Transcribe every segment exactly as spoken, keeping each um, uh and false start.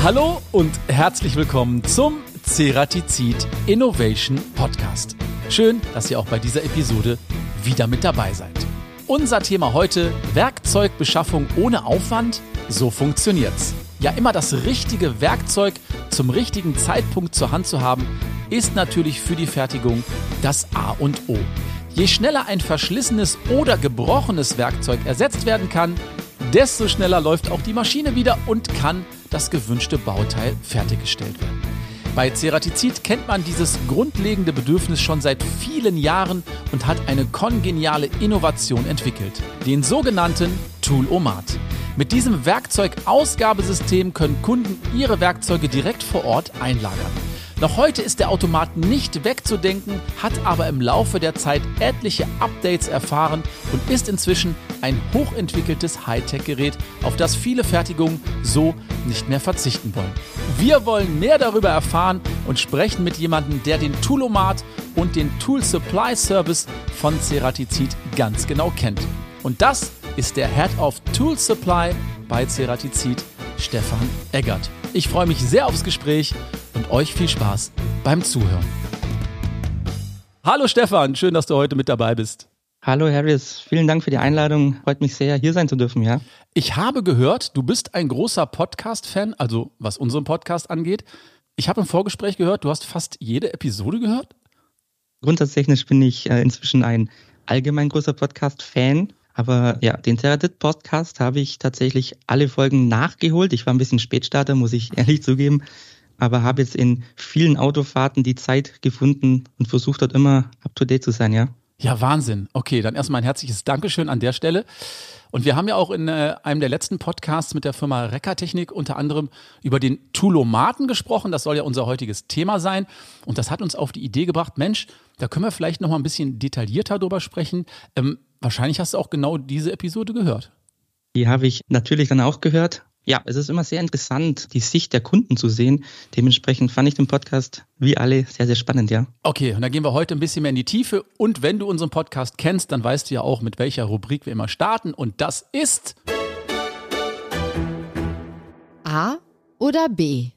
Hallo und herzlich willkommen zum Ceratizid Innovation Podcast. Schön, dass ihr auch bei dieser Episode wieder mit dabei seid. Unser Thema heute: Werkzeugbeschaffung ohne Aufwand. So funktioniert's. Ja, immer das richtige Werkzeug zum richtigen Zeitpunkt zur Hand zu haben, ist natürlich für die Fertigung das A und O. Je schneller ein verschlissenes oder gebrochenes Werkzeug ersetzt werden kann, desto schneller läuft auch die Maschine wieder und kann das gewünschte Bauteil fertiggestellt werden. Bei Ceratizid kennt man dieses grundlegende Bedürfnis schon seit vielen Jahren und hat eine kongeniale Innovation entwickelt, den sogenannten Tool-O-Mat. Mit diesem Werkzeugausgabesystem können Kunden ihre Werkzeuge direkt vor Ort einlagern. Noch heute ist der Automat nicht wegzudenken, hat aber im Laufe der Zeit etliche Updates erfahren und ist inzwischen ein hochentwickeltes Hightech-Gerät, auf das viele Fertigungen so nicht mehr verzichten wollen. Wir wollen mehr darüber erfahren und sprechen mit jemandem, der den Tool-O-Mat und den Tool Supply Service von Ceratizid ganz genau kennt. Und das ist der Head of Tool Supply bei Ceratizid, Stefan Eggert. Ich freue mich sehr aufs Gespräch und euch viel Spaß beim Zuhören. Hallo Stefan, schön, dass du heute mit dabei bist. Hallo Harris, vielen Dank für die Einladung. Freut mich sehr, hier sein zu dürfen, ja. Ich habe gehört, du bist ein großer Podcast-Fan, also was unseren Podcast angeht. Ich habe im Vorgespräch gehört, du hast fast jede Episode gehört? Grundsätzlich bin ich äh, inzwischen ein allgemein großer Podcast-Fan. Aber ja, den Ceratizid-Podcast habe ich tatsächlich alle Folgen nachgeholt. Ich war ein bisschen Spätstarter, muss ich ehrlich zugeben. Aber habe jetzt in vielen Autofahrten die Zeit gefunden und versucht dort immer up-to-date zu sein, ja. Ja, Wahnsinn. Okay, dann erstmal ein herzliches Dankeschön an der Stelle. Und wir haben ja auch in äh, einem der letzten Podcasts mit der Firma Reckertechnik unter anderem über den Tool-O-Maten gesprochen. Das soll ja unser heutiges Thema sein. Und das hat uns auf die Idee gebracht, Mensch, da können wir vielleicht noch mal ein bisschen detaillierter drüber sprechen. Ähm, wahrscheinlich hast du auch genau diese Episode gehört. Die habe ich natürlich dann auch gehört. Ja, es ist immer sehr interessant, die Sicht der Kunden zu sehen. Dementsprechend fand ich den Podcast wie alle sehr, sehr spannend, ja. Okay, und dann gehen wir heute ein bisschen mehr in die Tiefe. Und wenn du unseren Podcast kennst, dann weißt du ja auch, mit welcher Rubrik wir immer starten. Und das ist A oder B?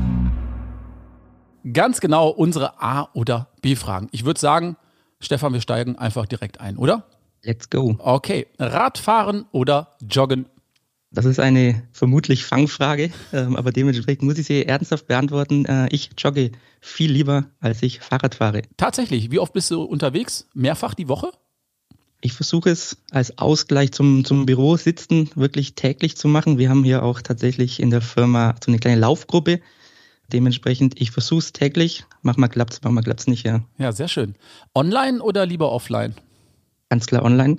Ganz genau unsere A- oder B-Fragen. Ich würde sagen, Stefan, wir steigen einfach direkt ein, oder? Let's go. Okay, Radfahren oder Joggen? Das ist eine vermutlich Fangfrage, ähm, aber dementsprechend muss ich sie ernsthaft beantworten. Äh, ich jogge viel lieber, als ich Fahrrad fahre. Tatsächlich, wie oft bist du unterwegs? Mehrfach die Woche? Ich versuche es als Ausgleich zum, zum Büro sitzen wirklich täglich zu machen. Wir haben hier auch tatsächlich in der Firma so eine kleine Laufgruppe. Dementsprechend, ich versuche es täglich. Manchmal klappt es, manchmal klappt es nicht, ja. Ja, sehr schön. Online oder lieber offline? Ganz klar online.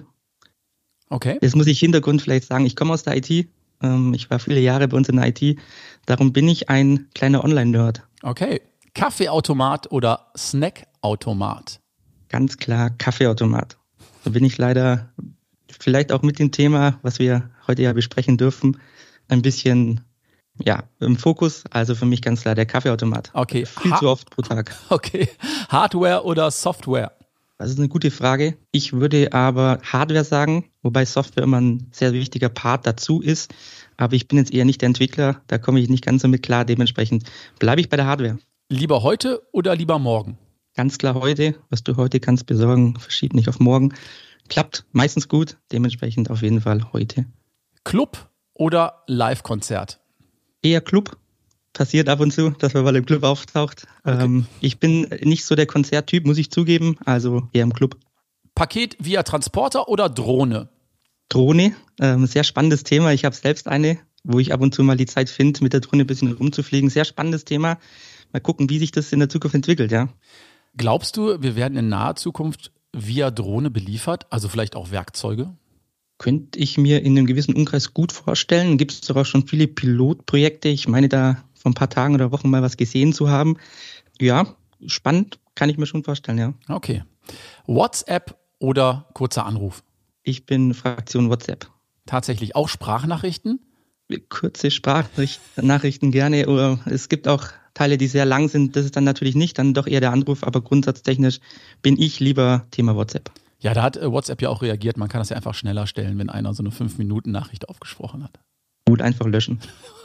Okay. Jetzt muss ich Hintergrund vielleicht sagen, ich komme aus der I T. Ähm, ich war viele Jahre bei uns in der I T. Darum bin ich ein kleiner Online-Nerd. Okay. Kaffeeautomat oder Snackautomat? Ganz klar Kaffeeautomat. Da bin ich leider vielleicht auch mit dem Thema, was wir heute ja besprechen dürfen, ein bisschen ja, im Fokus. Also für mich ganz klar der Kaffeeautomat. Okay. Viel ha- zu oft pro Tag. Okay. Hardware oder Software? Das ist eine gute Frage. Ich würde aber Hardware sagen, wobei Software immer ein sehr wichtiger Part dazu ist. Aber ich bin jetzt eher nicht der Entwickler, da komme ich nicht ganz so mit klar. Dementsprechend bleibe ich bei der Hardware. Lieber heute oder lieber morgen? Ganz klar heute. Was du heute kannst besorgen, verschiebt nicht auf morgen. Klappt meistens gut, dementsprechend auf jeden Fall heute. Club oder Live-Konzert? Eher Club. Passiert ab und zu, dass man mal im Club auftaucht. Okay. Ähm, ich bin nicht so der Konzerttyp, muss ich zugeben, also eher im Club. Paket via Transporter oder Drohne? Drohne, ähm, sehr spannendes Thema. Ich habe selbst eine, wo ich ab und zu mal die Zeit finde, mit der Drohne ein bisschen rumzufliegen. Sehr spannendes Thema. Mal gucken, wie sich das in der Zukunft entwickelt, ja. Glaubst du, wir werden in naher Zukunft via Drohne beliefert, also vielleicht auch Werkzeuge? Könnte ich mir in einem gewissen Umkreis gut vorstellen. Gibt es doch auch schon viele Pilotprojekte. Ich meine, da vor ein paar Tagen oder Wochen mal was gesehen zu haben. Ja, spannend, kann ich mir schon vorstellen, ja. Okay. WhatsApp oder kurzer Anruf? Ich bin Fraktion WhatsApp. Tatsächlich auch Sprachnachrichten? Kurze Sprachnachrichten gerne. Oder es gibt auch Teile, die sehr lang sind. Das ist dann natürlich nicht, dann doch eher der Anruf. Aber grundsatztechnisch bin ich lieber Thema WhatsApp. Ja, da hat WhatsApp ja auch reagiert. Man kann das ja einfach schneller stellen, wenn einer so eine fünf Minuten Nachricht aufgesprochen hat. Gut, einfach löschen.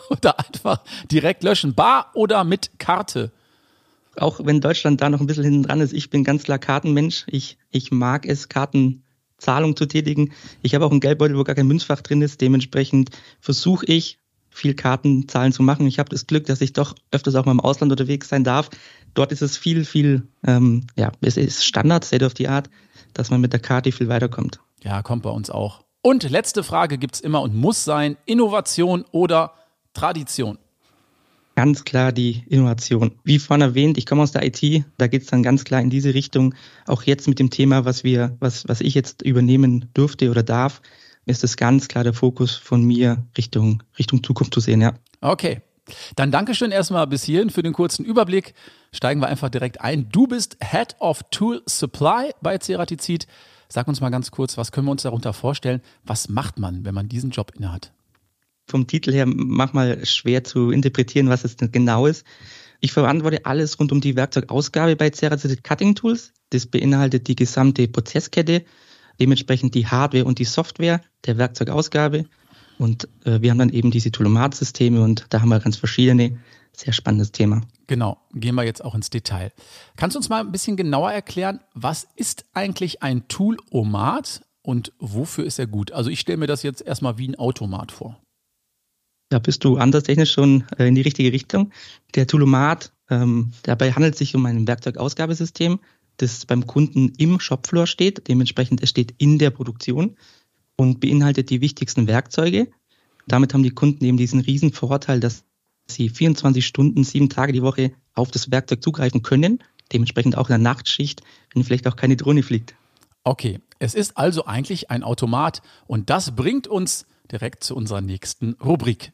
oder einfach direkt löschen? Bar oder mit Karte? Auch wenn Deutschland da noch ein bisschen hinten dran ist, ich bin ganz klar Kartenmensch. Ich, ich mag es, Kartenzahlung zu tätigen. Ich habe auch einen Geldbeutel, wo gar kein Münzfach drin ist. Dementsprechend versuche ich, viel Kartenzahlen zu machen. Ich habe das Glück, dass ich doch öfters auch mal im Ausland unterwegs sein darf. Dort ist es viel, viel, ähm, ja, es ist Standard, State of the Art, dass man mit der Karte viel weiterkommt. Ja, kommt bei uns auch. Und letzte Frage gibt's immer und muss sein, Innovation oder Tradition? Ganz klar die Innovation. Wie vorhin erwähnt, ich komme aus der I T, da geht es dann ganz klar in diese Richtung. Auch jetzt mit dem Thema, was wir, was, was ich jetzt übernehmen durfte oder darf, ist es ganz klar der Fokus von mir Richtung, Richtung Zukunft zu sehen, ja. Okay, dann Dankeschön erstmal bis hierhin für den kurzen Überblick. Steigen wir einfach direkt ein. Du bist Head of Tool Supply bei Ceratizid. Sag uns mal ganz kurz, was können wir uns darunter vorstellen? Was macht man, wenn man diesen Job innehat? Vom Titel her manchmal schwer zu interpretieren, was es denn genau ist. Ich verantworte alles rund um die Werkzeugausgabe bei Ceratizid Cutting Tools. Das beinhaltet die gesamte Prozesskette, dementsprechend die Hardware und die Software der Werkzeugausgabe. Und äh, wir haben dann eben diese Tool-O-Mat-Systeme und da haben wir ganz verschiedene. Sehr spannendes Thema. Genau, gehen wir jetzt auch ins Detail. Kannst du uns mal ein bisschen genauer erklären, was ist eigentlich ein Tool-O-Mat und wofür ist er gut? Also ich stelle mir das jetzt erstmal wie ein Automat vor. Da bist du anderstechnisch schon äh, in die richtige Richtung. Der Tool-O-Mat, ähm, dabei handelt es sich um ein Werkzeugausgabesystem, das beim Kunden im Shopfloor steht. Dementsprechend, es steht in der Produktion und beinhaltet die wichtigsten Werkzeuge. Damit haben die Kunden eben diesen riesen Vorteil, dass sie vierundzwanzig Stunden, sieben Tage die Woche auf das Werkzeug zugreifen können. Dementsprechend auch in der Nachtschicht, wenn vielleicht auch keine Drohne fliegt. Okay, es ist also eigentlich ein Automat und das bringt uns direkt zu unserer nächsten Rubrik.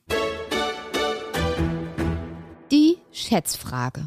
Die Schätzfrage.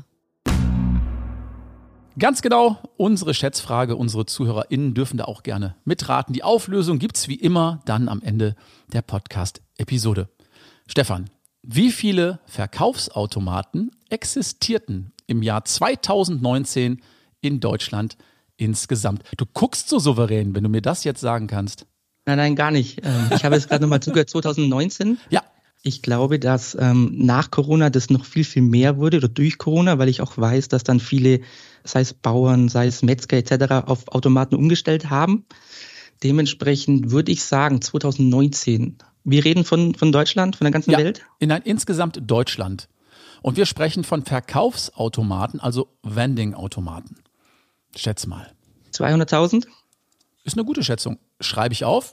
Ganz genau, unsere Schätzfrage, unsere ZuhörerInnen dürfen da auch gerne mitraten. Die Auflösung gibt's wie immer dann am Ende der Podcast-Episode. Stefan, wie viele Verkaufsautomaten existierten im Jahr zweitausendneunzehn in Deutschland insgesamt? Du guckst so souverän, wenn du mir das jetzt sagen kannst. Nein, nein, gar nicht. Ich habe jetzt gerade nochmal zugehört, zweitausendneunzehn. Ja. Ich glaube, dass ähm, nach Corona das noch viel, viel mehr wurde oder durch Corona, weil ich auch weiß, dass dann viele, sei es Bauern, sei es Metzger et cetera, auf Automaten umgestellt haben. Dementsprechend würde ich sagen, zweitausendneunzehn. Wir reden von, von Deutschland, von der ganzen ja, Welt? In ein insgesamt Deutschland. Und wir sprechen von Verkaufsautomaten, also Vending-Automaten. Schätz mal. zweihunderttausend? Ist eine gute Schätzung. Schreibe ich auf.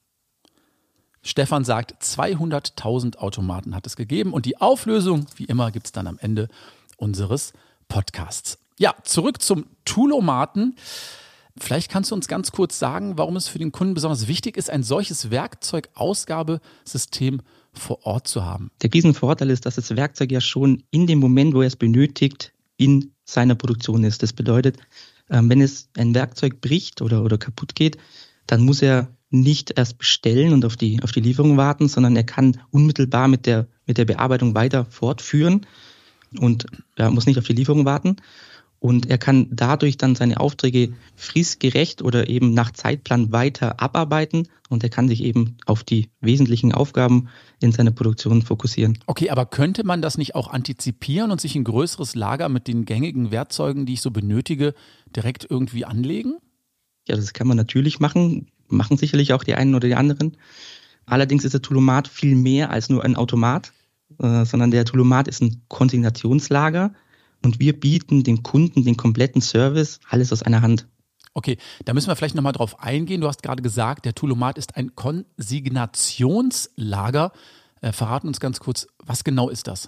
Stefan sagt, zweihunderttausend Automaten hat es gegeben. Und die Auflösung, wie immer, gibt es dann am Ende unseres Podcasts. Ja, zurück zum Tool-O-Maten. Vielleicht kannst du uns ganz kurz sagen, warum es für den Kunden besonders wichtig ist, ein solches Werkzeugausgabesystem vor Ort zu haben. Der Riesenvorteil ist, dass das Werkzeug ja schon in dem Moment, wo er es benötigt, in seiner Produktion ist. Das bedeutet, wenn es ein Werkzeug bricht oder, oder kaputt geht, dann muss er nicht erst bestellen und auf die, auf die Lieferung warten, sondern er kann unmittelbar mit der, mit der Bearbeitung weiter fortführen und ja, muss nicht auf die Lieferung warten. Und er kann dadurch dann seine Aufträge fristgerecht oder eben nach Zeitplan weiter abarbeiten und er kann sich eben auf die wesentlichen Aufgaben in seiner Produktion fokussieren. Okay, aber könnte man das nicht auch antizipieren und sich ein größeres Lager mit den gängigen Werkzeugen, die ich so benötige, direkt irgendwie anlegen? Ja, das kann man natürlich machen, machen sicherlich auch die einen oder die anderen. Allerdings ist der Tool-O-Mat viel mehr als nur ein Automat, äh, sondern der Tool-O-Mat ist ein Konsignationslager. Und wir bieten den Kunden den kompletten Service, alles aus einer Hand. Okay, da müssen wir vielleicht nochmal drauf eingehen. Du hast gerade gesagt, der Tool-O-Mat ist ein Konsignationslager. Äh, verraten uns ganz kurz, was genau ist das?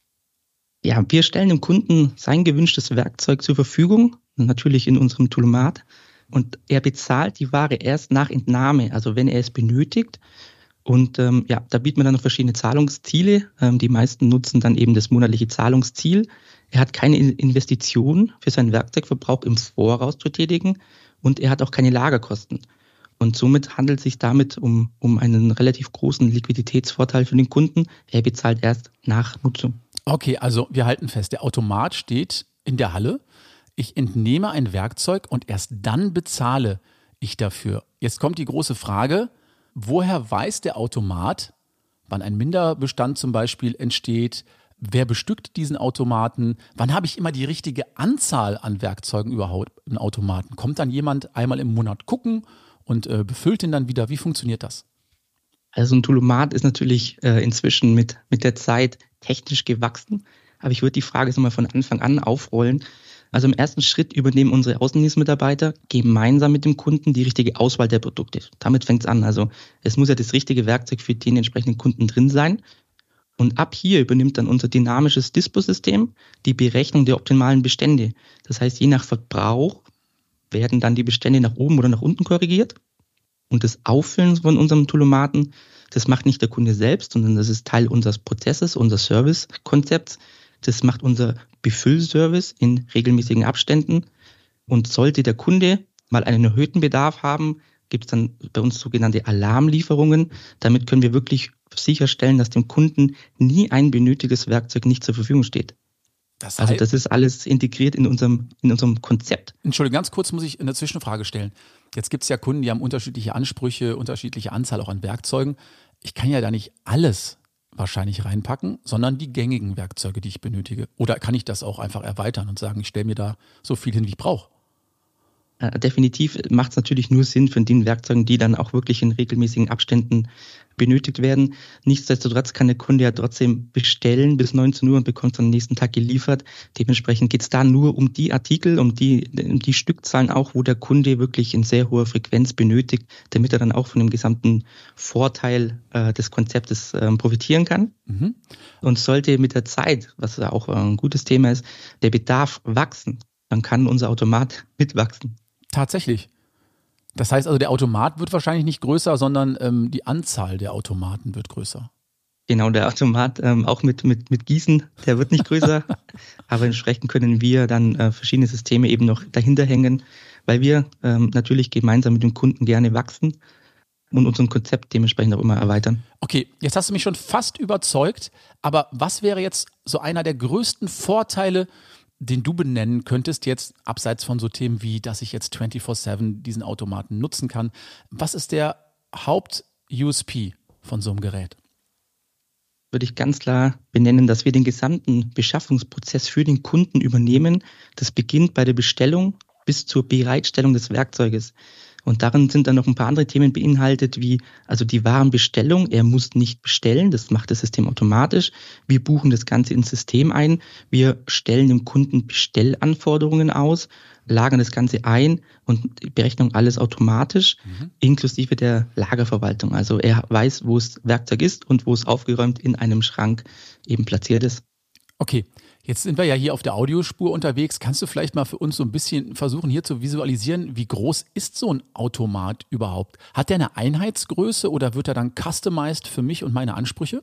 Ja, wir stellen dem Kunden sein gewünschtes Werkzeug zur Verfügung, natürlich in unserem Tool-O-Mat. Und er bezahlt die Ware erst nach Entnahme, also wenn er es benötigt. Und ähm, ja, da bieten wir dann noch verschiedene Zahlungsziele. Ähm, die meisten nutzen dann eben das monatliche Zahlungsziel. Er hat keine Investition für seinen Werkzeugverbrauch im Voraus zu tätigen und er hat auch keine Lagerkosten. Und somit handelt es sich damit um, um einen relativ großen Liquiditätsvorteil für den Kunden. Er bezahlt erst nach Nutzung. Okay, also wir halten fest, der Automat steht in der Halle. Ich entnehme ein Werkzeug und erst dann bezahle ich dafür. Jetzt kommt die große Frage, woher weiß der Automat, wann ein Minderbestand zum Beispiel entsteht. Wer bestückt diesen Automaten? Wann habe ich immer die richtige Anzahl an Werkzeugen überhaupt im Automaten? Kommt dann jemand einmal im Monat gucken und äh, befüllt den dann wieder? Wie funktioniert das? Also ein Toolomat ist natürlich äh, inzwischen mit, mit der Zeit technisch gewachsen. Aber ich würde die Frage jetzt mal von Anfang an aufrollen. Also im ersten Schritt übernehmen unsere Außendienstmitarbeiter gemeinsam mit dem Kunden die richtige Auswahl der Produkte. Damit fängt es an. Also es muss ja das richtige Werkzeug für den entsprechenden Kunden drin sein. Und ab hier übernimmt dann unser dynamisches Disposystem die Berechnung der optimalen Bestände. Das heißt, je nach Verbrauch werden dann die Bestände nach oben oder nach unten korrigiert. Und das Auffüllen von unserem Toolomaten, das macht nicht der Kunde selbst, sondern das ist Teil unseres Prozesses, unseres Servicekonzepts. Das macht unser Befüllservice in regelmäßigen Abständen. Und sollte der Kunde mal einen erhöhten Bedarf haben, gibt es dann bei uns sogenannte Alarmlieferungen. Damit können wir wirklich sicherstellen, dass dem Kunden nie ein benötigtes Werkzeug nicht zur Verfügung steht. Das heißt, also das ist alles integriert in unserem, in unserem Konzept. Entschuldigung, ganz kurz muss ich eine Zwischenfrage stellen. Jetzt gibt es ja Kunden, die haben unterschiedliche Ansprüche, unterschiedliche Anzahl auch an Werkzeugen. Ich kann ja da nicht alles wahrscheinlich reinpacken, sondern die gängigen Werkzeuge, die ich benötige. Oder kann ich das auch einfach erweitern und sagen, ich stelle mir da so viel hin, wie ich brauche? Definitiv macht es natürlich nur Sinn von den Werkzeugen, die dann auch wirklich in regelmäßigen Abständen benötigt werden. Nichtsdestotrotz kann der Kunde ja trotzdem bestellen bis neunzehn Uhr und bekommt es am nächsten Tag geliefert. Dementsprechend geht es da nur um die Artikel, um die, um die Stückzahlen auch, wo der Kunde wirklich in sehr hoher Frequenz benötigt, damit er dann auch von dem gesamten Vorteil äh, des Konzeptes äh, profitieren kann. Mhm. Und sollte mit der Zeit, was ja auch ein gutes Thema ist, der Bedarf wachsen, dann kann unser Automat mitwachsen. Tatsächlich. Das heißt also, der Automat wird wahrscheinlich nicht größer, sondern ähm, die Anzahl der Automaten wird größer. Genau, der Automat ähm, auch mit, mit, mit Gießen, der wird nicht größer. Aber entsprechend können wir dann äh, verschiedene Systeme eben noch dahinter hängen, weil wir ähm, natürlich gemeinsam mit dem Kunden gerne wachsen und unser Konzept dementsprechend auch immer erweitern. Okay, jetzt hast du mich schon fast überzeugt, aber was wäre jetzt so einer der größten Vorteile, den du benennen könntest, jetzt abseits von so Themen wie, dass ich jetzt vierundzwanzig sieben diesen Automaten nutzen kann? Was ist der Haupt-U S P von so einem Gerät? Würde ich ganz klar benennen, dass wir den gesamten Beschaffungsprozess für den Kunden übernehmen. Das beginnt bei der Bestellung bis zur Bereitstellung des Werkzeuges. Und darin sind dann noch ein paar andere Themen beinhaltet, wie also die Warenbestellung. Er muss nicht bestellen, das macht das System automatisch. Wir buchen das Ganze ins System ein. Wir stellen dem Kunden Bestellanforderungen aus, lagern das Ganze ein und die Berechnung alles automatisch, mhm. inklusive der Lagerverwaltung. Also er weiß, wo das Werkzeug ist und wo es aufgeräumt in einem Schrank eben platziert ist. Okay. Jetzt sind wir ja hier auf der Audiospur unterwegs. Kannst du vielleicht mal für uns so ein bisschen versuchen, hier zu visualisieren, wie groß ist so ein Automat überhaupt? Hat der eine Einheitsgröße oder wird er dann customized für mich und meine Ansprüche?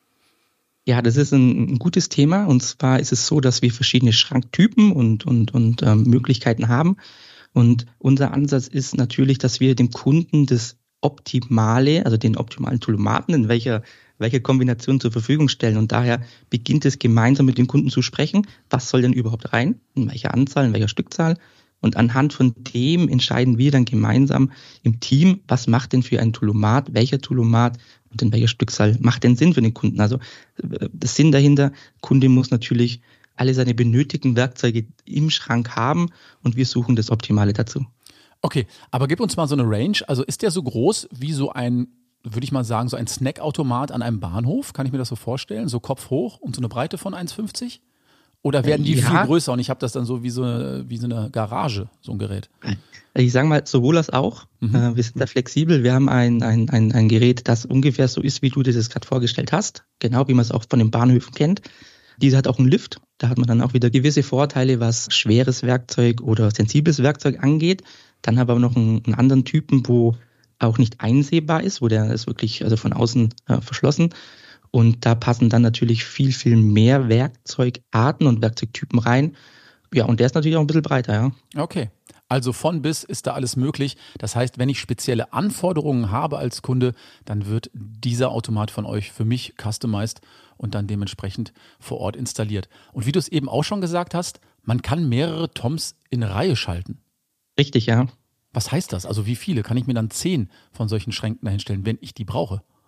Ja, das ist ein, ein gutes Thema. Und zwar ist es so, dass wir verschiedene Schranktypen und, und, und ähm, Möglichkeiten haben. Und unser Ansatz ist natürlich, dass wir dem Kunden das Optimale, also den optimalen Toolomaten, in welcher welche Kombination zur Verfügung stellen. Und daher beginnt es gemeinsam mit dem Kunden zu sprechen, was soll denn überhaupt rein, in welcher Anzahl, in welcher Stückzahl. Und anhand von dem entscheiden wir dann gemeinsam im Team, was macht denn für ein Toolomat, welcher Toolomat und in welcher Stückzahl macht denn Sinn für den Kunden. Also das Sinn dahinter, der Kunde muss natürlich alle seine benötigten Werkzeuge im Schrank haben und wir suchen das Optimale dazu. Okay, aber gib uns mal so eine Range. Also ist der so groß wie so ein, würde ich mal sagen, so ein Snackautomat an einem Bahnhof? Kann ich mir das so vorstellen? So Kopf hoch und so eine Breite von eins fünfzig? Oder werden die ja viel größer und ich habe das dann so wie so eine, wie so eine Garage, so ein Gerät? Ich sage mal, sowohl als auch. Mhm. Wir sind da flexibel. Wir haben ein, ein, ein, ein Gerät, das ungefähr so ist, wie du dir das gerade vorgestellt hast. Genau, wie man es auch von den Bahnhöfen kennt. Diese hat auch einen Lift. Da hat man dann auch wieder gewisse Vorteile, was schweres Werkzeug oder sensibles Werkzeug angeht. Dann haben wir aber noch einen, einen anderen Typen, wo auch nicht einsehbar ist, wo der ist wirklich also von außen äh, verschlossen. Und da passen dann natürlich viel, viel mehr Werkzeugarten und Werkzeugtypen rein. Ja, und der ist natürlich auch ein bisschen breiter, ja. Okay, also von bis ist da alles möglich. Das heißt, wenn ich spezielle Anforderungen habe als Kunde, dann wird dieser Automat von euch für mich customized und dann dementsprechend vor Ort installiert. Und wie du es eben auch schon gesagt hast, man kann mehrere Toms in Reihe schalten. Richtig, ja. Was heißt das? Also wie viele? Kann ich mir dann zehn von solchen Schränken dahinstellen, wenn ich die brauche?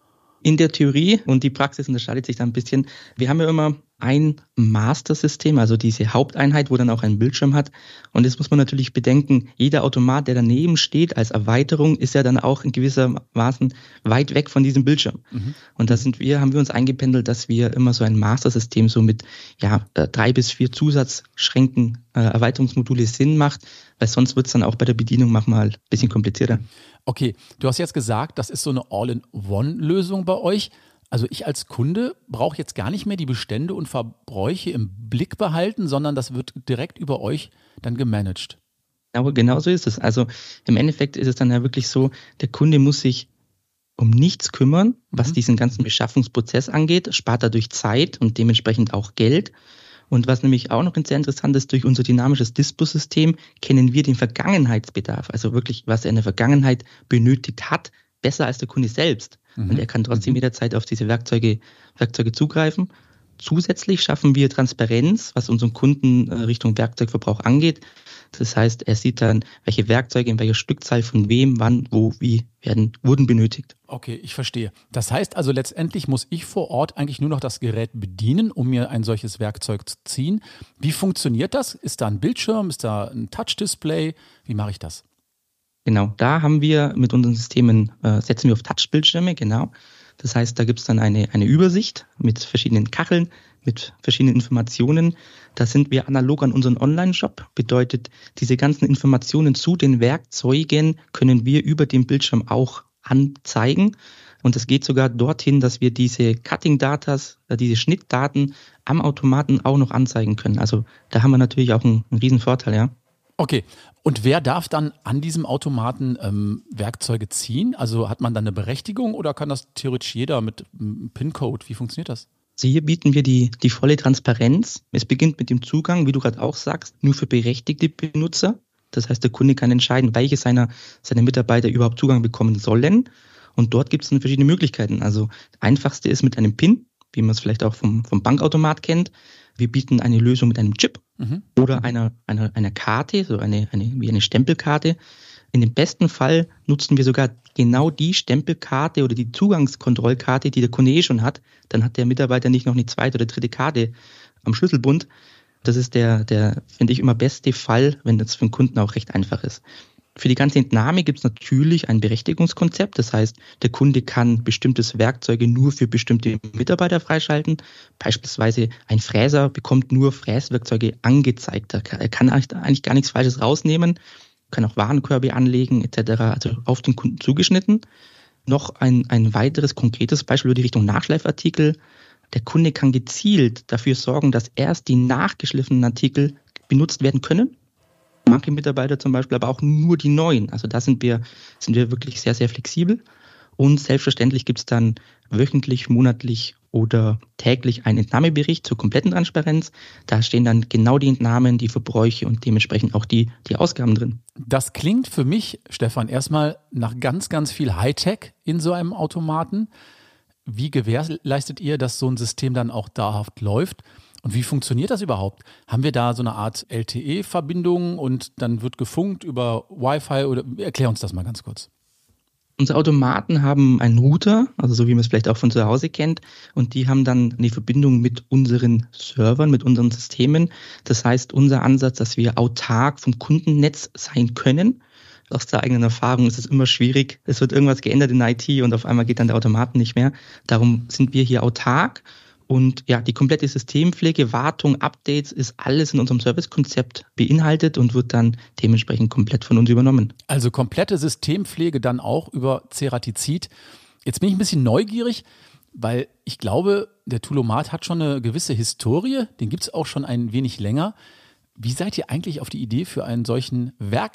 In der Theorie und die Praxis unterscheidet sich da ein bisschen. Wir haben ja immer ein Master-System, also diese Haupteinheit, wo dann auch ein Bildschirm hat. Und das muss man natürlich bedenken, jeder Automat, der daneben steht als Erweiterung, ist ja dann auch in gewissermaßen weit weg von diesem Bildschirm. Mhm. Und da sind wir, haben wir uns eingependelt, dass wir immer so ein Master-System so mit ja, drei bis vier Zusatzschränken, äh, Erweiterungsmodule Sinn macht, weil sonst wird es dann auch bei der Bedienung manchmal ein bisschen komplizierter. Okay, du hast jetzt gesagt, das ist so eine All-in-One-Lösung bei euch. Also ich als Kunde brauche jetzt gar nicht mehr die Bestände und Verbräuche im Blick behalten, sondern das wird direkt über euch dann gemanagt. Aber genau so ist es. Also im Endeffekt ist es dann ja wirklich so, der Kunde muss sich um nichts kümmern, was mhm. diesen ganzen Beschaffungsprozess angeht, spart dadurch Zeit und dementsprechend auch Geld. Und was nämlich auch noch sehr interessant ist, durch unser dynamisches Dispo-System kennen wir den Vergangenheitsbedarf, also wirklich, was er in der Vergangenheit benötigt hat, besser als der Kunde selbst. Mhm. Und er kann trotzdem jederzeit auf diese Werkzeuge, Werkzeuge zugreifen. Zusätzlich schaffen wir Transparenz, was unseren Kunden Richtung Werkzeugverbrauch angeht. Das heißt, er sieht dann, welche Werkzeuge in welcher Stückzahl von wem, wann, wo, wie werden, wurden benötigt. Okay, ich verstehe. Das heißt also, letztendlich muss ich vor Ort eigentlich nur noch das Gerät bedienen, um mir ein solches Werkzeug zu ziehen. Wie funktioniert das? Ist da ein Bildschirm? Ist da ein Touch-Display? Wie mache ich das? Genau, da haben wir mit unseren Systemen, äh, setzen wir auf Touch-Bildschirme, genau. Das heißt, da gibt es dann eine, eine Übersicht mit verschiedenen Kacheln, mit verschiedenen Informationen. Da sind wir analog an unseren Online-Shop. Bedeutet, diese ganzen Informationen zu den Werkzeugen können wir über den Bildschirm auch anzeigen. Und es geht sogar dorthin, dass wir diese Cutting-Datas, diese Schnittdaten am Automaten auch noch anzeigen können. Also da haben wir natürlich auch einen, einen riesen Vorteil, ja. Okay, und wer darf dann an diesem Automaten ähm, Werkzeuge ziehen? Also hat man dann eine Berechtigung oder kann das theoretisch jeder mit einem PIN-Code? Wie funktioniert das? Also hier bieten wir die, die volle Transparenz. Es beginnt mit dem Zugang, wie du gerade auch sagst, nur für berechtigte Benutzer. Das heißt, der Kunde kann entscheiden, welche seiner, seiner Mitarbeiter überhaupt Zugang bekommen sollen. Und dort gibt es dann verschiedene Möglichkeiten. Also das einfachste ist mit einem PIN, wie man es vielleicht auch vom, vom Bankautomat kennt. Wir bieten eine Lösung mit einem Chip mhm. oder einer, einer, einer Karte, so eine, eine, wie eine Stempelkarte. In dem besten Fall nutzen wir sogar genau die Stempelkarte oder die Zugangskontrollkarte, die der Kunde eh schon hat. Dann hat der Mitarbeiter nicht noch eine zweite oder dritte Karte am Schlüsselbund. Das ist der, der, finde ich, immer beste Fall, wenn das für den Kunden auch recht einfach ist. Für die ganze Entnahme gibt es natürlich ein Berechtigungskonzept. Das heißt, der Kunde kann bestimmtes Werkzeuge nur für bestimmte Mitarbeiter freischalten. Beispielsweise ein Fräser bekommt nur Fräswerkzeuge angezeigt. Er kann eigentlich gar nichts Falsches rausnehmen, kann auch Warenkörbe anlegen et cetera. Also auf den Kunden zugeschnitten. Noch ein, ein weiteres konkretes Beispiel über die Richtung Nachschleifartikel. Der Kunde kann gezielt dafür sorgen, dass erst die nachgeschliffenen Artikel benutzt werden können. Manche Mitarbeiter zum Beispiel, aber auch nur die neuen. Also da sind wir, sind wir wirklich sehr, sehr flexibel. Und selbstverständlich gibt es dann wöchentlich, monatlich oder täglich einen Entnahmebericht zur kompletten Transparenz. Da stehen dann genau die Entnahmen, die Verbräuche und dementsprechend auch die, die Ausgaben drin. Das klingt für mich, Stefan, erstmal nach ganz, ganz viel Hightech in so einem Automaten. Wie gewährleistet ihr, dass so ein System dann auch dauerhaft läuft? Und wie funktioniert das überhaupt? Haben wir da so eine Art L T E-Verbindung und dann wird gefunkt über Wi-Fi oder erklär uns das mal ganz kurz. Unsere Automaten haben einen Router, also so wie man es vielleicht auch von zu Hause kennt, und die haben dann eine Verbindung mit unseren Servern, mit unseren Systemen. Das heißt, unser Ansatz, dass wir autark vom Kundennetz sein können. Aus der eigenen Erfahrung ist es immer schwierig. Es wird irgendwas geändert in I T und auf einmal geht dann der Automat nicht mehr. Darum sind wir hier autark. Und ja, die komplette Systempflege, Wartung, Updates ist alles in unserem Servicekonzept beinhaltet und wird dann dementsprechend komplett von uns übernommen. Also komplette Systempflege dann auch über Ceratizid. Jetzt bin ich ein bisschen neugierig, weil ich glaube, der Tool-O-Mat hat schon eine gewisse Historie, den gibt es auch schon ein wenig länger. Wie seid ihr eigentlich auf die Idee für einen solchen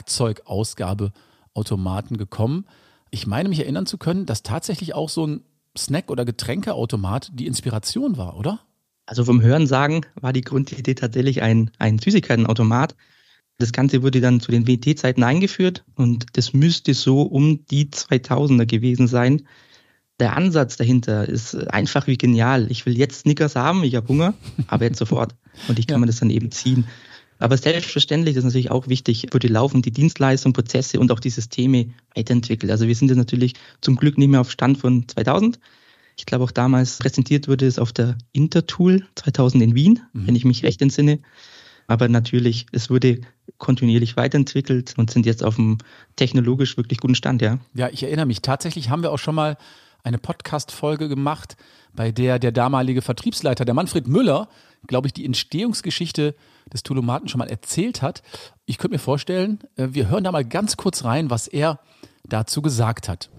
Werkzeugausgabeautomaten gekommen? Ich meine, mich erinnern zu können, dass tatsächlich auch so ein Snack- oder Getränkeautomat die Inspiration war, oder? Also vom Hörensagen war die Grundidee tatsächlich ein, ein Süßigkeitenautomat. Das Ganze wurde dann zu den W T-Zeiten eingeführt und das müsste so um die zweitausender gewesen sein. Der Ansatz dahinter ist einfach wie genial. Ich will jetzt Snickers haben, ich habe Hunger, aber jetzt sofort. Und ich kann ja. mir das dann eben ziehen. Aber selbstverständlich, das ist natürlich auch wichtig, wurde laufend die Dienstleistung, Prozesse und auch die Systeme weiterentwickelt. Also wir sind jetzt natürlich zum Glück nicht mehr auf Stand von zweitausend. Ich glaube auch damals präsentiert wurde es auf der Intertool zweitausend in Wien, mhm. wenn ich mich recht entsinne. Aber natürlich, es wurde kontinuierlich weiterentwickelt und sind jetzt auf einem technologisch wirklich guten Stand, ja. Ja, ich erinnere mich. Tatsächlich haben wir auch schon mal eine Podcast-Folge gemacht, bei der der damalige Vertriebsleiter, der Manfred Müller, glaube ich, die Entstehungsgeschichte des Tulomaten schon mal erzählt hat. Ich könnte mir vorstellen, wir hören da mal ganz kurz rein, was er dazu gesagt hat.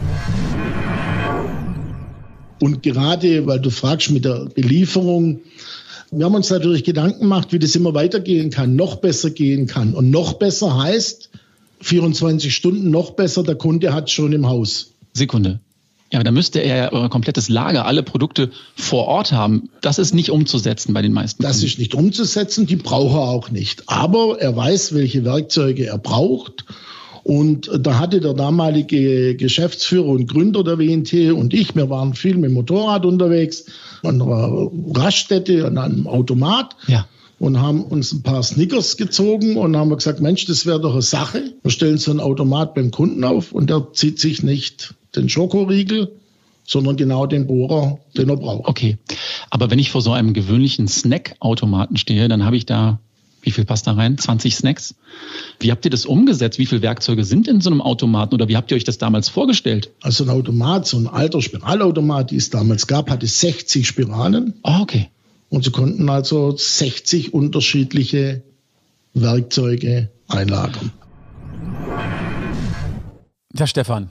Und gerade, weil du fragst mit der Belieferung, wir haben uns natürlich Gedanken gemacht, wie das immer weitergehen kann, noch besser gehen kann. Und noch besser heißt vierundzwanzig Stunden, noch besser, der Kunde hat es schon im Haus. Sekunde. Ja, da müsste er ja euer komplettes Lager, alle Produkte vor Ort haben. Das ist nicht umzusetzen bei den meisten Das Kunden. ist nicht umzusetzen, die braucht er auch nicht. Aber er weiß, welche Werkzeuge er braucht. Und da hatte der damalige Geschäftsführer und Gründer der W N T und ich, wir waren viel mit dem Motorrad unterwegs, an einer Raststätte, an einem Automat. Ja. Und haben uns ein paar Snickers gezogen und haben gesagt, Mensch, das wäre doch eine Sache. Wir stellen so einen Automat beim Kunden auf und der zieht sich nicht den Schokoriegel, sondern genau den Bohrer, den er braucht. Okay, aber wenn ich vor so einem gewöhnlichen Snackautomaten stehe, dann habe ich da, wie viel passt da rein? zwanzig Snacks. Wie habt ihr das umgesetzt? Wie viele Werkzeuge sind in so einem Automaten oder wie habt ihr euch das damals vorgestellt? Also ein Automat, so ein alter Spiralautomat, die es damals gab, hatte sechzig Spiralen. Oh, okay. Und sie konnten also sechzig unterschiedliche Werkzeuge einlagern. Ja, Stefan,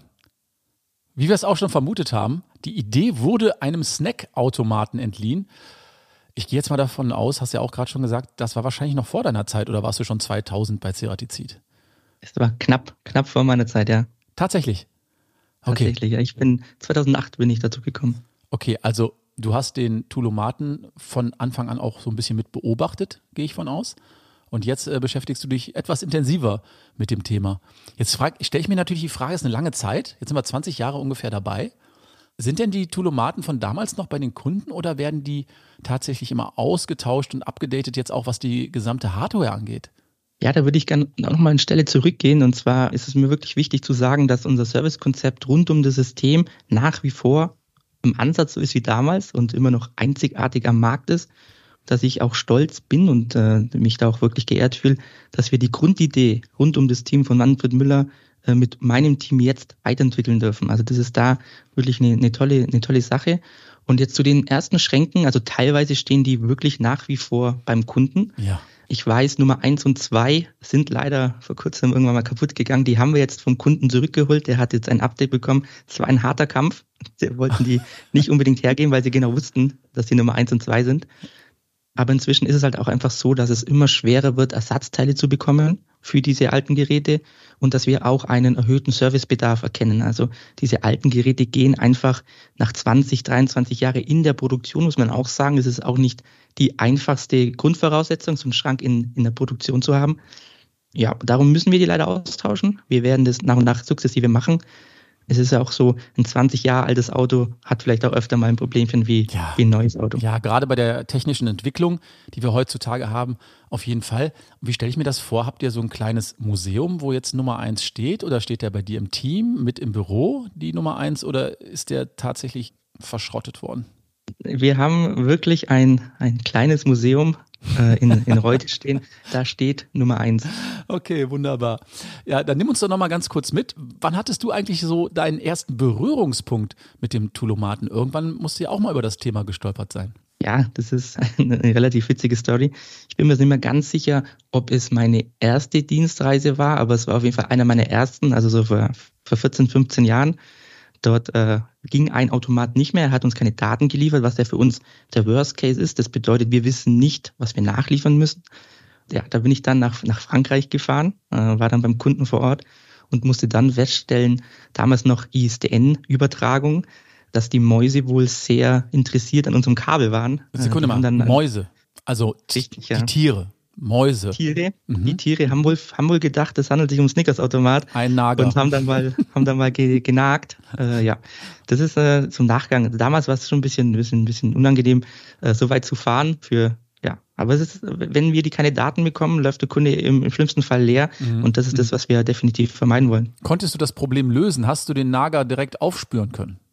wie wir es auch schon vermutet haben, die Idee wurde einem Snackautomaten entliehen. Ich gehe jetzt mal davon aus, hast ja auch gerade schon gesagt, das war wahrscheinlich noch vor deiner Zeit oder warst du schon zweitausend bei Ceratizid? Es war knapp, knapp vor meiner Zeit, ja. Tatsächlich? Okay. Tatsächlich, ja. Ich bin, zweitausendacht bin ich dazu gekommen. Okay, also du hast den Tulomaten von Anfang an auch so ein bisschen mit beobachtet, gehe ich von aus. Und jetzt äh, beschäftigst du dich etwas intensiver mit dem Thema. Jetzt stelle ich mir natürlich die Frage, ist eine lange Zeit, jetzt sind wir zwanzig Jahre ungefähr dabei. Sind denn die Tulomaten von damals noch bei den Kunden oder werden die tatsächlich immer ausgetauscht und abgedatet, jetzt auch was die gesamte Hardware angeht? Ja, da würde ich gerne noch mal eine Stelle zurückgehen. Und zwar ist es mir wirklich wichtig zu sagen, dass unser Servicekonzept rund um das System nach wie vor im Ansatz so ist wie damals und immer noch einzigartig am Markt ist, dass ich auch stolz bin und äh, mich da auch wirklich geehrt fühle, dass wir die Grundidee rund um das Team von Manfred Müller äh, mit meinem Team jetzt weiterentwickeln dürfen. Also das ist da wirklich eine, eine tolle, eine tolle Sache. Und jetzt zu den ersten Schränken, also teilweise stehen die wirklich nach wie vor beim Kunden. Ja. Ich weiß, Nummer eins und zwei sind leider vor kurzem irgendwann mal kaputt gegangen. Die haben wir jetzt vom Kunden zurückgeholt. Der hat jetzt ein Update bekommen. Es war ein harter Kampf. Die wollten die nicht unbedingt hergeben, weil sie genau wussten, dass die Nummer eins und zwei sind. Aber inzwischen ist es halt auch einfach so, dass es immer schwerer wird, Ersatzteile zu bekommen für diese alten Geräte und dass wir auch einen erhöhten Servicebedarf erkennen. Also diese alten Geräte gehen einfach nach zwanzig, dreiundzwanzig Jahre in der Produktion, muss man auch sagen. Es ist auch nicht die einfachste Grundvoraussetzung, so einen Schrank in, in der Produktion zu haben. Ja, darum müssen wir die leider austauschen. Wir werden das nach und nach sukzessive machen. Es ist ja auch so, ein zwanzig Jahre altes Auto hat vielleicht auch öfter mal ein Problemchen wie, ja. wie ein neues Auto. Ja, gerade bei der technischen Entwicklung, die wir heutzutage haben, auf jeden Fall. Und wie stelle ich mir das vor? Habt ihr so ein kleines Museum, wo jetzt Nummer eins steht? Oder steht der bei dir im Team, mit im Büro, die Nummer eins? Oder ist der tatsächlich verschrottet worden? Wir haben wirklich ein, ein kleines Museum äh, in, in Reute stehen. Da steht Nummer eins. Okay, wunderbar. Ja, dann nimm uns doch noch mal ganz kurz mit. Wann hattest du eigentlich so deinen ersten Berührungspunkt mit dem Tulomaten? Irgendwann musst du ja auch mal über das Thema gestolpert sein. Ja, das ist eine, eine relativ witzige Story. Ich bin mir nicht mehr ganz sicher, ob es meine erste Dienstreise war, aber es war auf jeden Fall einer meiner ersten, also so vor, vor vierzehn, fünfzehn Jahren. Dort äh, ging ein Automat nicht mehr, er hat uns keine Daten geliefert, was ja für uns der Worst Case ist. Das bedeutet, wir wissen nicht, was wir nachliefern müssen. Ja, da bin ich dann nach, nach Frankreich gefahren, äh, war dann beim Kunden vor Ort und musste dann feststellen, damals noch I S D N-Übertragung, dass die Mäuse wohl sehr interessiert an unserem Kabel waren. Sekunde äh, mal, dann, Mäuse, also richtig, die ja. Tiere. Mäuse. Tiere, Mhm. die Tiere haben wohl, haben wohl gedacht, es handelt sich um Snickers-Automat. Ein Nager. Und haben dann mal, haben dann mal ge, genagt. Äh, ja, das ist äh, zum Nachgang. Damals war es schon ein bisschen, ein bisschen, ein bisschen unangenehm, äh, so weit zu fahren für, ja. Aber es ist, wenn wir die keine Daten bekommen, läuft der Kunde im, im schlimmsten Fall leer. Mhm. Und das ist das, was wir definitiv vermeiden wollen. Konntest du das Problem lösen? Hast du den Nager direkt aufspüren können?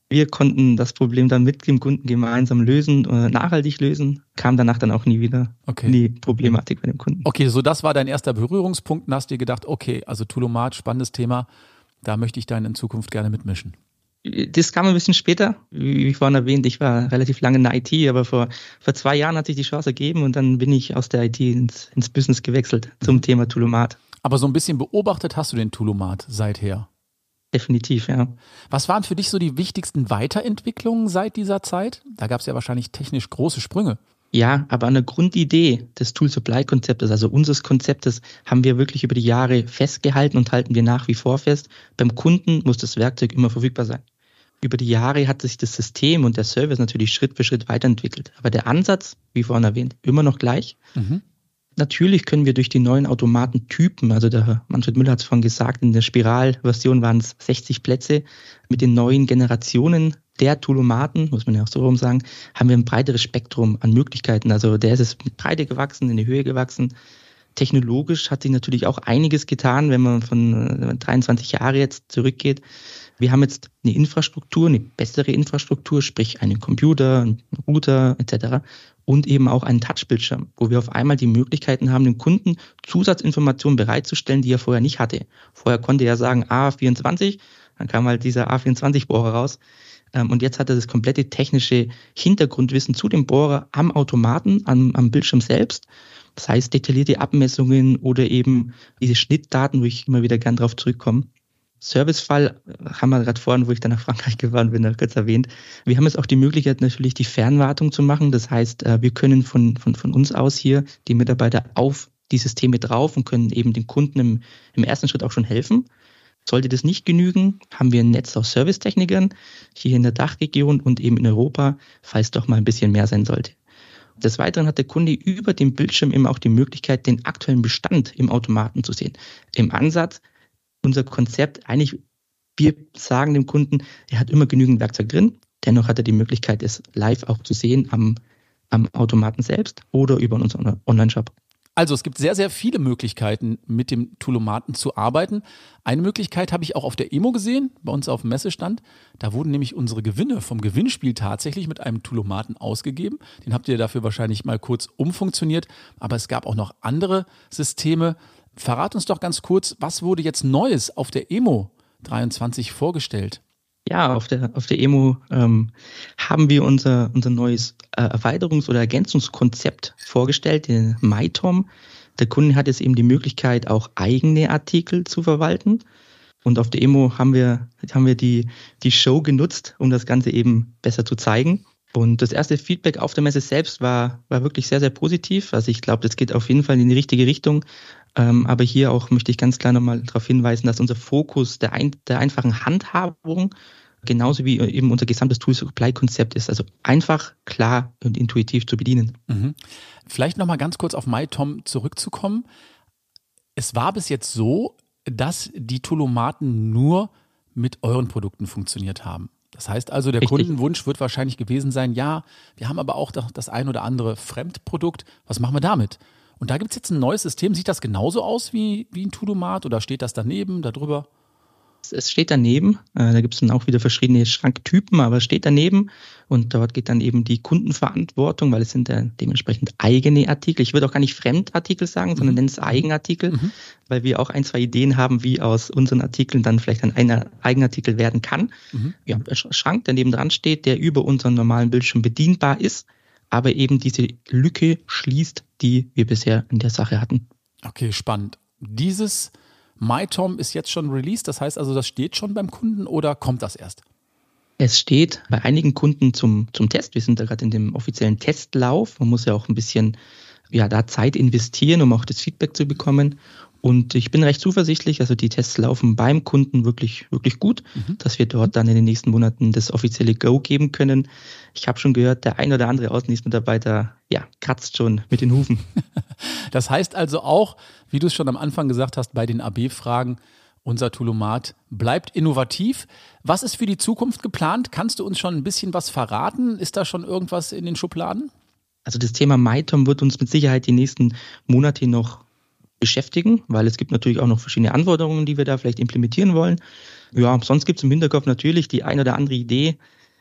Wir konnten das Problem dann mit dem Kunden gemeinsam lösen, äh, nachhaltig lösen, kam danach dann auch nie wieder okay. in die Problematik bei dem Kunden. Okay, so das war dein erster Berührungspunkt und hast dir gedacht, okay, also Toolomat, spannendes Thema, da möchte ich dann in Zukunft gerne mitmischen. Das kam ein bisschen später, wie vorhin erwähnt, ich war relativ lange in der I T, aber vor, vor zwei Jahren hat sich die Chance ergeben und dann bin ich aus der I T ins, ins Business gewechselt zum Thema Toolomat. Aber so ein bisschen beobachtet hast du den Toolomat seither? Definitiv, ja. Was waren für dich so die wichtigsten Weiterentwicklungen seit dieser Zeit? Da gab es ja wahrscheinlich technisch große Sprünge. Ja, aber an der Grundidee des Tool-Supply-Konzeptes, also unseres Konzeptes, haben wir wirklich über die Jahre festgehalten und halten wir nach wie vor fest. Beim Kunden muss das Werkzeug immer verfügbar sein. Über die Jahre hat sich das System und der Service natürlich Schritt für Schritt weiterentwickelt. Aber der Ansatz, wie vorhin erwähnt, immer noch gleich. Mhm. Natürlich können wir durch die neuen Automatentypen, also der Herr Manfred Müller hat es vorhin gesagt, in der Spiral-Version waren es sechzig Plätze, mit den neuen Generationen der Toolomaten, muss man ja auch so rum sagen, haben wir ein breiteres Spektrum an Möglichkeiten. Also der ist es mit Breite gewachsen, in die Höhe gewachsen. Technologisch hat sich natürlich auch einiges getan, wenn man von dreiundzwanzig Jahre jetzt zurückgeht. Wir haben jetzt eine Infrastruktur, eine bessere Infrastruktur, sprich einen Computer, einen Router et cetera und eben auch einen Touchbildschirm, wo wir auf einmal die Möglichkeiten haben, dem Kunden Zusatzinformationen bereitzustellen, die er vorher nicht hatte. Vorher konnte er sagen A vierundzwanzig, dann kam halt dieser A vierundzwanzig-Bohrer raus. Und jetzt hat er das komplette technische Hintergrundwissen zu dem Bohrer am Automaten, am, am Bildschirm selbst. Das heißt, detaillierte Abmessungen oder eben diese Schnittdaten, wo ich immer wieder gern drauf zurückkomme. Servicefall haben wir gerade vorhin, wo ich dann nach Frankreich gefahren bin, kurz erwähnt. Wir haben jetzt auch die Möglichkeit, natürlich die Fernwartung zu machen. Das heißt, wir können von, von, von uns aus hier die Mitarbeiter auf die Systeme drauf und können eben dem Kunden im, im ersten Schritt auch schon helfen. Sollte das nicht genügen, haben wir ein Netz aus Servicetechnikern hier in der Dachregion und eben in Europa, falls doch mal ein bisschen mehr sein sollte. Des Weiteren hat der Kunde über den Bildschirm eben auch die Möglichkeit, den aktuellen Bestand im Automaten zu sehen. Im Ansatz, unser Konzept, eigentlich, wir sagen dem Kunden, er hat immer genügend Werkzeug drin, dennoch hat er die Möglichkeit, es live auch zu sehen am, am Automaten selbst oder über unseren Online-Shop. Also es gibt sehr, sehr viele Möglichkeiten, mit dem Toolomaten zu arbeiten. Eine Möglichkeit habe ich auch auf der E M O gesehen, bei uns auf dem Messestand. Da wurden nämlich unsere Gewinne vom Gewinnspiel tatsächlich mit einem Toolomaten ausgegeben. Den habt ihr dafür wahrscheinlich mal kurz umfunktioniert. Aber es gab auch noch andere Systeme. Verrat uns doch ganz kurz, was wurde jetzt Neues auf der E M O dreiundzwanzig vorgestellt? Ja, auf der, auf der E M O ähm, haben wir unser, unser neues äh, Erweiterungs- oder Ergänzungskonzept vorgestellt, den MyTom. Der Kunde hat jetzt eben die Möglichkeit, auch eigene Artikel zu verwalten. Und auf der E M O haben wir, haben wir die, die Show genutzt, um das Ganze eben besser zu zeigen. Und das erste Feedback auf der Messe selbst war, war wirklich sehr, sehr positiv. Also ich glaube, das geht auf jeden Fall in die richtige Richtung. Ähm, aber hier auch möchte ich ganz klar nochmal darauf hinweisen, dass unser Fokus der, ein, der einfachen Handhabung genauso wie eben unser gesamtes Tool-Supply-Konzept ist. Also einfach, klar und intuitiv zu bedienen. Mhm. Vielleicht nochmal ganz kurz auf MyTom zurückzukommen. Es war bis jetzt so, dass die Toolomaten nur mit euren Produkten funktioniert haben. Das heißt also, der Richtig. Kundenwunsch wird wahrscheinlich gewesen sein, ja, wir haben aber auch das ein oder andere Fremdprodukt. Was machen wir damit? Und da gibt es jetzt ein neues System. Sieht das genauso aus wie, wie ein Toolomat oder steht das daneben, darüber? Es steht daneben, da gibt es dann auch wieder verschiedene Schranktypen, aber es steht daneben und dort geht dann eben die Kundenverantwortung, weil es sind ja dementsprechend eigene Artikel. Ich würde auch gar nicht Fremdartikel sagen, sondern mhm. nenne es Eigenartikel, mhm. weil wir auch ein, zwei Ideen haben, wie aus unseren Artikeln dann vielleicht ein Eigenartikel werden kann. Mhm. Ja, der Schrank, der neben dran steht, der über unseren normalen Bildschirm bedienbar ist, aber eben diese Lücke schließt, die wir bisher in der Sache hatten. Okay, spannend. Dieses MyTom ist jetzt schon released, das heißt also, das steht schon beim Kunden oder kommt das erst? Es steht bei einigen Kunden zum, zum Test. Wir sind da gerade in dem offiziellen Testlauf. Man muss ja auch ein bisschen ja, da Zeit investieren, um auch das Feedback zu bekommen. Und ich bin recht zuversichtlich, also die Tests laufen beim Kunden wirklich, wirklich gut, mhm. dass wir dort dann in den nächsten Monaten das offizielle Go geben können. Ich habe schon gehört, der ein oder andere Außendienstmitarbeiter, ja, kratzt schon mit den Hufen. Das heißt also auch, wie du es schon am Anfang gesagt hast, bei den A B-Fragen, unser Toolomat bleibt innovativ. Was ist für die Zukunft geplant? Kannst du uns schon ein bisschen was verraten? Ist da schon irgendwas in den Schubladen? Also das Thema MyTom wird uns mit Sicherheit die nächsten Monate noch beschäftigen, weil es gibt natürlich auch noch verschiedene Anforderungen, die wir da vielleicht implementieren wollen. Ja, sonst gibt es im Hinterkopf natürlich die ein oder andere Idee,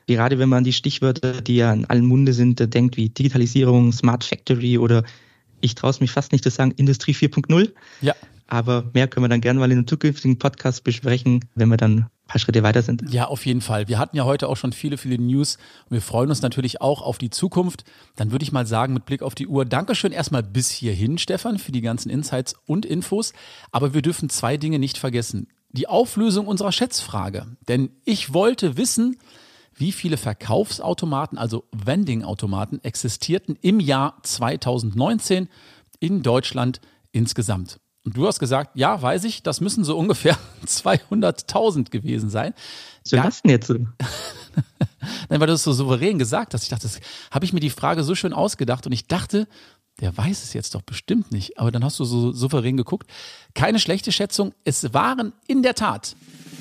Gerade wenn man an die Stichwörter, die ja in allen Munde sind, denkt, wie Digitalisierung, Smart Factory oder ich traue es mich fast nicht zu sagen, Industrie vier Punkt null. Ja. Aber mehr können wir dann gerne mal in einem zukünftigen Podcast besprechen, wenn wir dann ein paar Schritte weiter sind. Ja, auf jeden Fall. Wir hatten ja heute auch schon viele, viele News und wir freuen uns natürlich auch auf die Zukunft. Dann würde ich mal sagen, mit Blick auf die Uhr, Dankeschön erstmal bis hierhin, Stefan, für die ganzen Insights und Infos. Aber wir dürfen zwei Dinge nicht vergessen. Die Auflösung unserer Schätzfrage. Denn ich wollte wissen, wie viele Verkaufsautomaten, also Vending-Automaten, existierten im Jahr zweitausendneunzehn in Deutschland insgesamt. Und du hast gesagt, ja, weiß ich, das müssen so ungefähr zweihunderttausend gewesen sein. So ja. was denn jetzt so? Nein, weil du es so souverän gesagt hast. Ich dachte, das habe ich mir die Frage so schön ausgedacht und ich dachte, der weiß es jetzt doch bestimmt nicht. Aber dann hast du so souverän geguckt. Keine schlechte Schätzung. Es waren in der Tat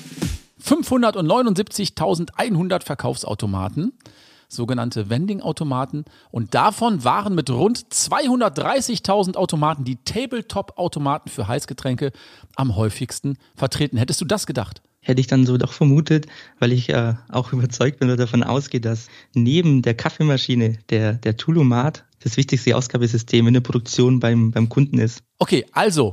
fünfhundertneunundsiebzigtausendeinhundert Verkaufsautomaten, sogenannte Vending-Automaten. Und davon waren mit rund zweihundertdreißigtausend Automaten die Tabletop-Automaten für Heißgetränke am häufigsten vertreten. Hättest du das gedacht? Hätte ich dann so doch vermutet, weil ich äh, auch überzeugt bin oder davon ausgehe, dass neben der Kaffeemaschine der, der Toolomat das wichtigste Ausgabesystem in der Produktion beim, beim Kunden ist. Okay, also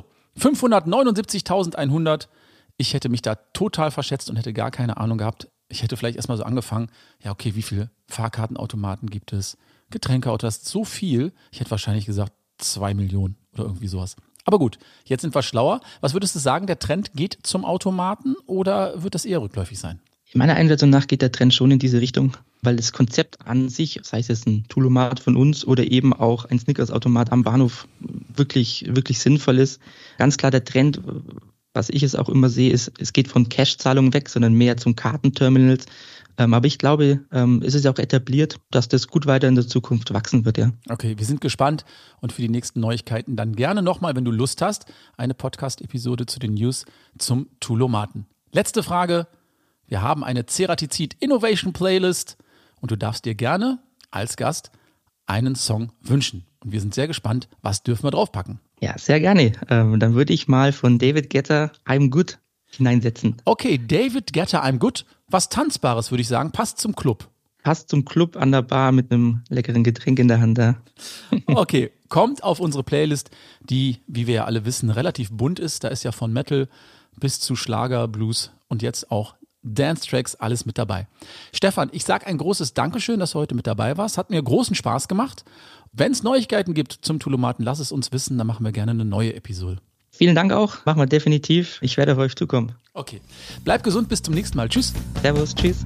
fünfhundertneunundsiebzigtausendeinhundert. Ich hätte mich da total verschätzt und hätte gar keine Ahnung gehabt. Ich hätte vielleicht erstmal so angefangen, ja okay, wie viele Fahrkartenautomaten gibt es? Getränkeautos, so viel. Ich hätte wahrscheinlich gesagt zwei Millionen oder irgendwie sowas. Aber gut, jetzt sind wir schlauer. Was würdest du sagen, der Trend geht zum Automaten oder wird das eher rückläufig sein? Meiner Einschätzung nach geht der Trend schon in diese Richtung, weil das Konzept an sich, sei es jetzt ein Toolomat von uns oder eben auch ein Snickers-Automat am Bahnhof, wirklich, wirklich sinnvoll ist. Ganz klar der Trend, was ich es auch immer sehe, ist, es geht von Cash-Zahlungen weg, sondern mehr zum Kartenterminals. Ähm, aber ich glaube, ähm, es ist ja auch etabliert, dass das gut weiter in der Zukunft wachsen wird, ja. Okay, wir sind gespannt und für die nächsten Neuigkeiten dann gerne nochmal, wenn du Lust hast, eine Podcast-Episode zu den News zum Toolomaten. Letzte Frage. Wir haben eine Ceratizid Innovation Playlist und du darfst dir gerne als Gast einen Song wünschen. Und wir sind sehr gespannt, was dürfen wir draufpacken? Ja, sehr gerne. Ähm, dann würde ich mal von David Guetta I'm Good hineinsetzen. Okay, David Guetta I'm Good. Was Tanzbares, würde ich sagen, passt zum Club. Passt zum Club an der Bar mit einem leckeren Getränk in der Hand da. Okay, kommt auf unsere Playlist, die, wie wir ja alle wissen, relativ bunt ist. Da ist ja von Metal bis zu Schlager, Blues und jetzt auch Dance-Tracks, alles mit dabei. Stefan, ich sage ein großes Dankeschön, dass du heute mit dabei warst. Hat mir großen Spaß gemacht. Wenn es Neuigkeiten gibt zum Toolomaten, lass es uns wissen, dann machen wir gerne eine neue Episode. Vielen Dank auch, machen wir definitiv. Ich werde auf euch zukommen. Okay, bleib gesund, bis zum nächsten Mal. Tschüss. Servus, tschüss.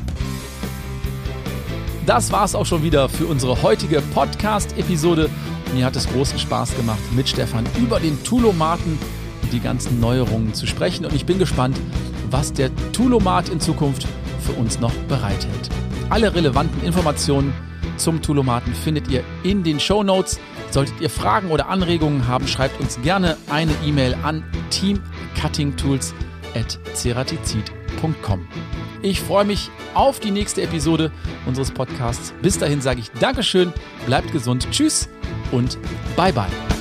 Das war's auch schon wieder für unsere heutige Podcast-Episode. Mir hat es großen Spaß gemacht, mit Stefan über den Toolomaten und die ganzen Neuerungen zu sprechen. Und ich bin gespannt, was der Toolomat in Zukunft für uns noch bereithält. Alle relevanten Informationen zum Toolomaten findet ihr in den Shownotes. Solltet ihr Fragen oder Anregungen haben, schreibt uns gerne eine E-Mail an teamcuttingtools at ceratizid punkt com. Ich freue mich auf die nächste Episode unseres Podcasts. Bis dahin sage ich Dankeschön, bleibt gesund, tschüss und bye bye.